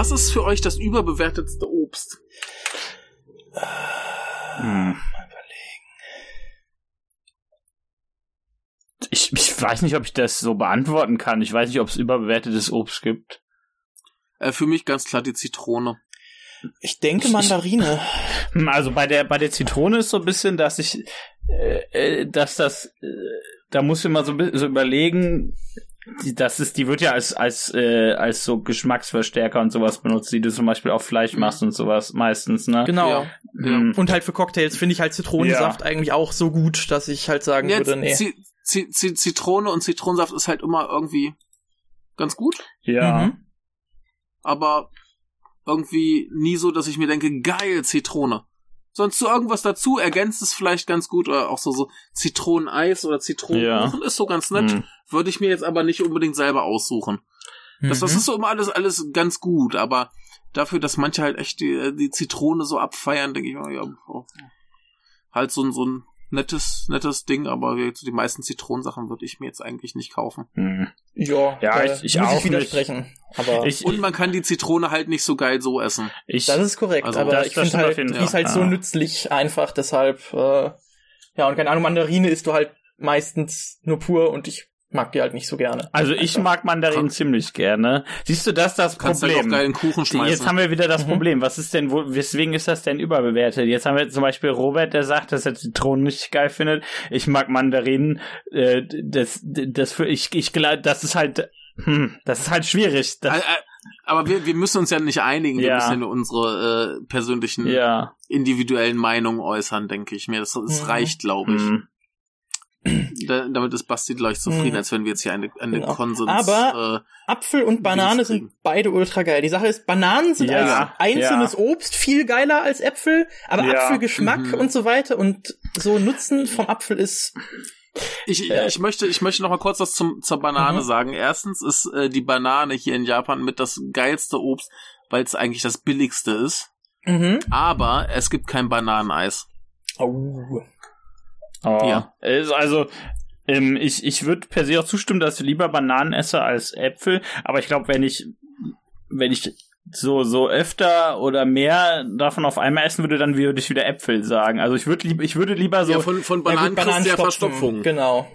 Was ist für euch das überbewertetste Obst? Mal überlegen. Ich weiß nicht, ob ich das so beantworten kann. Ich weiß nicht, ob es überbewertetes Obst gibt. Für mich ganz klar die Zitrone. Ich denke Mandarine. Also bei der Zitrone ist so ein bisschen, dass da muss ich mal so überlegen, die wird ja als so Geschmacksverstärker und sowas benutzt, die du zum Beispiel auf Fleisch machst und sowas meistens, ne? Genau. Ja. Und halt für Cocktails finde ich halt Zitronensaft eigentlich auch so gut, dass ich halt sagen würde, nee. Zitrone und Zitronensaft ist halt immer irgendwie ganz gut. Ja. Aber irgendwie nie so, dass ich mir denke, geil, Zitrone. Sonst so irgendwas dazu, ergänzt es vielleicht ganz gut, oder auch so Zitroneneis oder Zitronenkuchen ist so ganz nett. Würde ich mir jetzt aber nicht unbedingt selber aussuchen. Das ist so immer alles ganz gut, aber dafür, dass manche halt echt die Zitrone so abfeiern, denke ich, halt so ein nettes Ding, aber die meisten Zitronensachen würde ich mir jetzt eigentlich nicht kaufen. Ja, ich muss auch ich widersprechen. Aber und man kann die Zitrone halt nicht so geil so essen. das ist korrekt, also aber ich finde halt, die ist halt so nützlich einfach, deshalb, und keine Ahnung, Mandarine isst du halt meistens nur pur und ich mag die halt nicht so gerne. Also ich mag Mandarinen ziemlich gerne. Siehst du, das ist das Kannst Problem. Halt auf geilen Kuchen schmeißen. Jetzt haben wir wieder das Problem. Was ist denn, weswegen ist das denn überbewertet? Jetzt haben wir zum Beispiel Robert, der sagt, dass er Zitronen nicht geil findet. Ich mag Mandarinen. Das ist halt schwierig. Aber wir müssen uns ja nicht einigen. Wir müssen ja nur unsere persönlichen individuellen Meinungen äußern, denke ich mir. Das reicht, glaube ich. Damit ist Basti, glaube ich, zufrieden, als wenn wir jetzt hier eine Konsens... Aber Apfel und Banane sind beide ultra geil. Die Sache ist, Bananen sind als einzelnes Obst viel geiler als Äpfel, aber Apfelgeschmack und so weiter und so Nutzen vom Apfel ist... Ich möchte noch mal kurz was zur Banane sagen. Erstens ist die Banane hier in Japan mit das geilste Obst, weil es eigentlich das billigste ist. Aber es gibt kein Bananeneis. Ja. Also, ich würde per se auch zustimmen, dass ich lieber Bananen esse als Äpfel, aber ich glaube, wenn ich so öfter oder mehr davon auf einmal essen würde, dann würde ich wieder Äpfel sagen. Also ich würde lieber so... Ja, von Bananen kriegst du ja Verstopfung. Genau.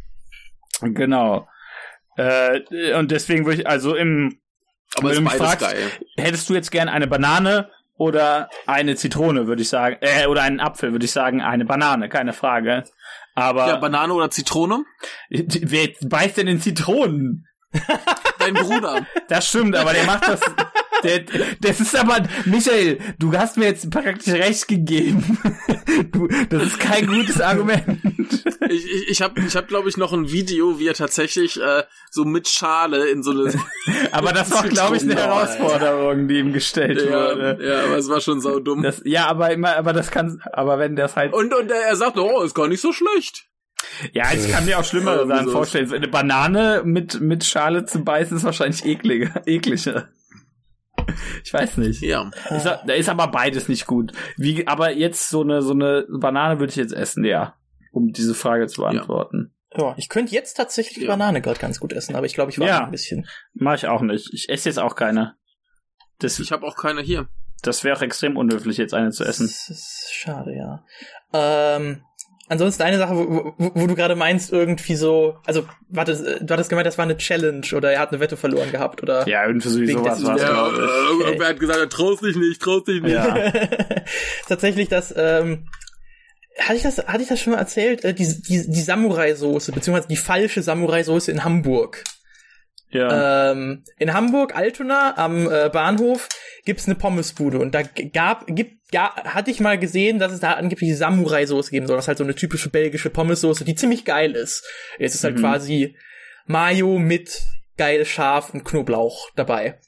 Und deswegen würde ich, also aber ist beides geil. Hättest du jetzt gern eine Banane oder eine Zitrone, würde ich sagen, oder einen Apfel, würde ich sagen, eine Banane, keine Frage. Aber... Ja, Banane oder Zitrone? Wer beißt denn in Zitronen? Dein Bruder. Das stimmt, aber der macht das... Das ist aber... Michael, du hast mir jetzt praktisch recht gegeben. Das ist kein gutes Argument. Ich hab glaube ich, noch ein Video, wie er tatsächlich so mit Schale in so eine... Aber das war, glaube ich, eine Herausforderung, die ihm gestellt wurde. Ja, aber es war schon saudumm. Aber wenn das halt... Und er sagt, ist gar nicht so schlecht. Ja, ich kann mir auch schlimmere Sachen vorstellen. Eine Banane mit Schale zu beißen ist wahrscheinlich ekliger. Ich weiß nicht. Ja. Da ist aber beides nicht gut. Aber jetzt so eine Banane würde ich jetzt essen, um diese Frage zu beantworten. Ja, ich könnte jetzt tatsächlich die Banane gerade ganz gut essen, aber ich glaube, ich warte ein bisschen. Mach ich auch nicht. Ich esse jetzt auch keine. Ich habe auch keine hier. Das wäre auch extrem unhöflich, jetzt eine zu essen. Das ist schade, ja. Ansonsten eine Sache, wo du gerade meinst, irgendwie so, also, warte, du hattest gemeint, das war eine Challenge oder er hat eine Wette verloren gehabt, oder? Ja, irgendwie sowieso was war es, glaube ich. Irgendwer hat gesagt, traust dich nicht. Ja. Tatsächlich, hatte ich das schon mal erzählt? Die Samurai-Soße, beziehungsweise die falsche Samurai-Soße in Hamburg. Ja. In Hamburg, Altona, am Bahnhof, gibt's eine Pommesbude und da hatte ich mal gesehen, dass es da angeblich Samurai-Soße geben soll. Das ist halt so eine typische belgische Pommessoße, die ziemlich geil ist. Jetzt ist halt quasi Mayo mit geil Schaf und Knoblauch dabei.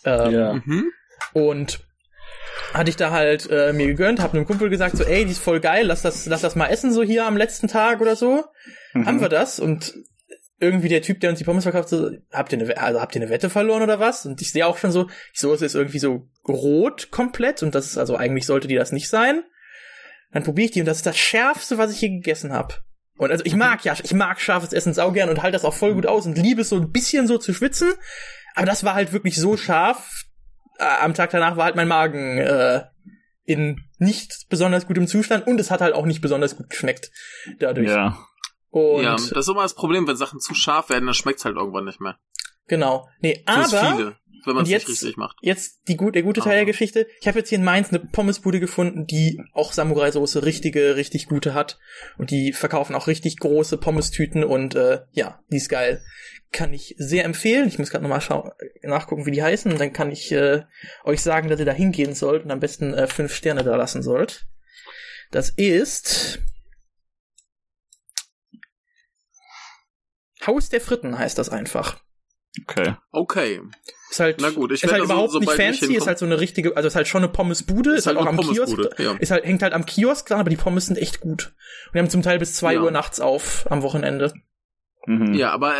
Und hatte ich da halt mir gegönnt, hab einem Kumpel gesagt, so, ey, die ist voll geil, lass das mal essen, so hier am letzten Tag oder so. Haben wir das und irgendwie der Typ, der uns die Pommes verkauft, so, habt ihr eine Wette verloren oder was? Und ich sehe auch schon so, die Soße ist irgendwie so rot komplett und das ist, also eigentlich sollte die das nicht sein. Dann probiere ich die und das ist das Schärfste, was ich je gegessen habe. Und also ich mag scharfes Essen saugern und halte das auch voll gut aus und liebe es so ein bisschen so zu schwitzen. Aber das war halt wirklich so scharf, am Tag danach war halt mein Magen in nicht besonders gutem Zustand und es hat halt auch nicht besonders gut geschmeckt dadurch. Ja. Und ja, das ist immer das Problem, wenn Sachen zu scharf werden, dann schmeckt's halt irgendwann nicht mehr. Genau. Nee, Fürs aber viele, wenn man es nicht richtig macht. Jetzt der gute Teil der Geschichte. Ich habe jetzt hier in Mainz eine Pommesbude gefunden, die auch Samurai-Soße richtig gute hat. Und die verkaufen auch richtig große Pommestüten und ja, die ist geil. Kann ich sehr empfehlen. Ich muss gerade nochmal nachgucken, wie die heißen. Und dann kann ich euch sagen, dass ihr da hingehen sollt und am besten 5 Sterne da lassen sollt. Das ist Haus der Fritten heißt das einfach. Okay. Ist halt, na gut, ich ist halt werde überhaupt so, nicht fancy, ist halt so eine richtige, also ist halt schon eine Pommesbude, ist halt auch am Kiosk, ja. hängt halt am Kiosk dran, aber die Pommes sind echt gut. Und die haben zum Teil bis 2 Uhr nachts auf am Wochenende. Mhm. Ja, aber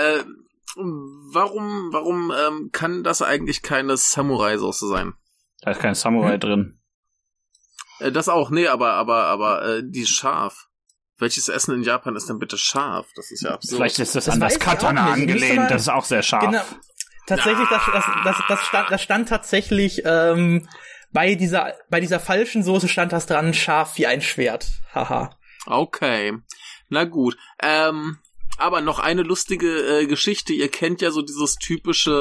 warum kann das eigentlich keine Samurai-Sauce sein? Da ist kein Samurai drin. Das auch, nee, aber die ist scharf. Welches Essen in Japan ist denn bitte scharf? Das ist ja absurd. Vielleicht ist das an das Katana angelehnt, das ist auch sehr scharf. Genau. Tatsächlich, das stand tatsächlich, bei dieser falschen Soße stand das dran, scharf wie ein Schwert. Haha. Okay. Na gut. Aber noch eine lustige Geschichte. Ihr kennt ja so dieses typische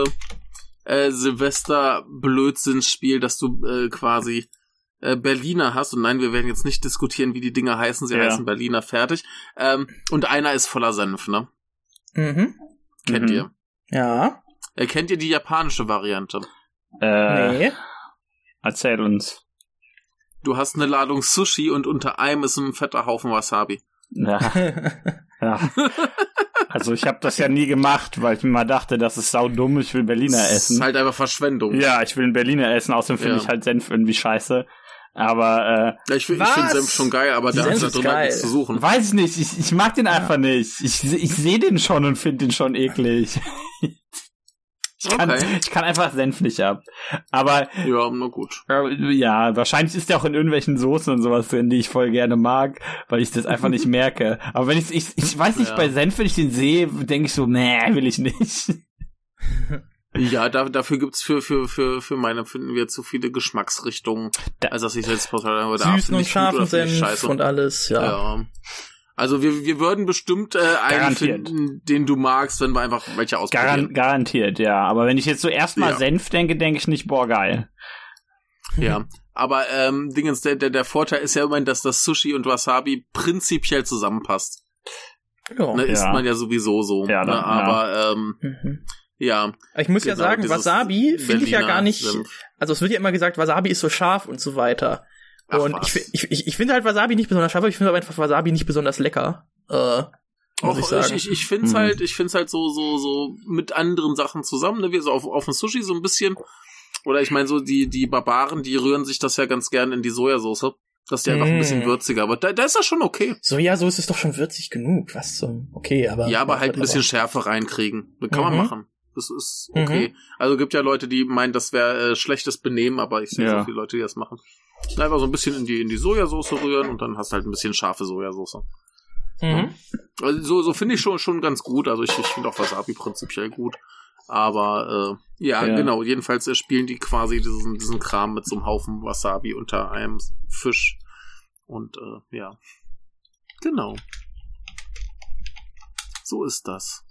Silvester-Blödsinnsspiel, dass du quasi Berliner hast. Und nein, wir werden jetzt nicht diskutieren, wie die Dinger heißen. Sie heißen Berliner, fertig. Und einer ist voller Senf, ne? Mhm. Kennt ihr? Ja. Kennt ihr die japanische Variante? Nee. Erzähl uns. Du hast eine Ladung Sushi und unter einem ist ein fetter Haufen Wasabi. Ja. Also ich habe das ja nie gemacht, weil ich mir mal dachte, das ist saudumm, ich will Berliner essen. Das ist halt einfach Verschwendung. Ja, ich will einen Berliner essen, außerdem finde ich halt Senf irgendwie scheiße. Aber ich finde Senf schon geil, aber der hat da drin halt nichts zu suchen. Weiß ich nicht, ich mag den einfach nicht. Ich sehe den schon und finde den schon eklig. Ich kann einfach Senf nicht ab. Aber ja, na gut. Ja, wahrscheinlich ist der auch in irgendwelchen Soßen und sowas drin, die ich voll gerne mag, weil ich das einfach nicht merke. Aber wenn ich weiß nicht, bei Senf, wenn ich den sehe, denke ich so, nee, will ich nicht. Ja, dafür gibt's für meine finden wir zu viele Geschmacksrichtungen. Also dass ich jetzt süßen und scharfen Senf und alles, ja. Also wir würden bestimmt einen finden, den du magst, wenn wir einfach welche ausprobieren. Garantiert, ja. Aber wenn ich jetzt so erstmal Senf denke ich nicht, boah, geil. Ja, aber Dingens, der Vorteil ist ja immerhin, dass das Sushi und Wasabi prinzipiell zusammenpasst. Ja. Ne, isst man ja sowieso so. Ja, ne, aber ja. Ich muss ja sagen, Wasabi finde ich ja gar nicht. Also es wird ja immer gesagt, Wasabi ist so scharf und so weiter. Und ich finde halt Wasabi nicht besonders scharf, aber ich finde aber einfach Wasabi nicht besonders lecker. Muss ich sagen. Ich finde es halt so mit anderen Sachen zusammen, ne, wie so auf dem Sushi so ein bisschen. Oder ich meine so die Barbaren, die rühren sich das ja ganz gerne in die Sojasauce. Das ist ja einfach ein bisschen würziger, aber da ist das schon okay. Sojasauce ist doch schon würzig genug, was zum okay, aber ja, aber halt ein bisschen Schärfe reinkriegen. Das kann man machen. Das ist okay. Also gibt ja Leute, die meinen, das wäre schlechtes Benehmen, aber ich sehe so viele Leute, die das machen. Einfach so ein bisschen in die Sojasauce rühren und dann hast du halt ein bisschen scharfe Sojasauce. Also so finde ich schon ganz gut. Also ich finde auch Wasabi prinzipiell gut. Aber genau, jedenfalls spielen die quasi diesen Kram mit so einem Haufen Wasabi unter einem Fisch. Und ja. Genau. So ist das.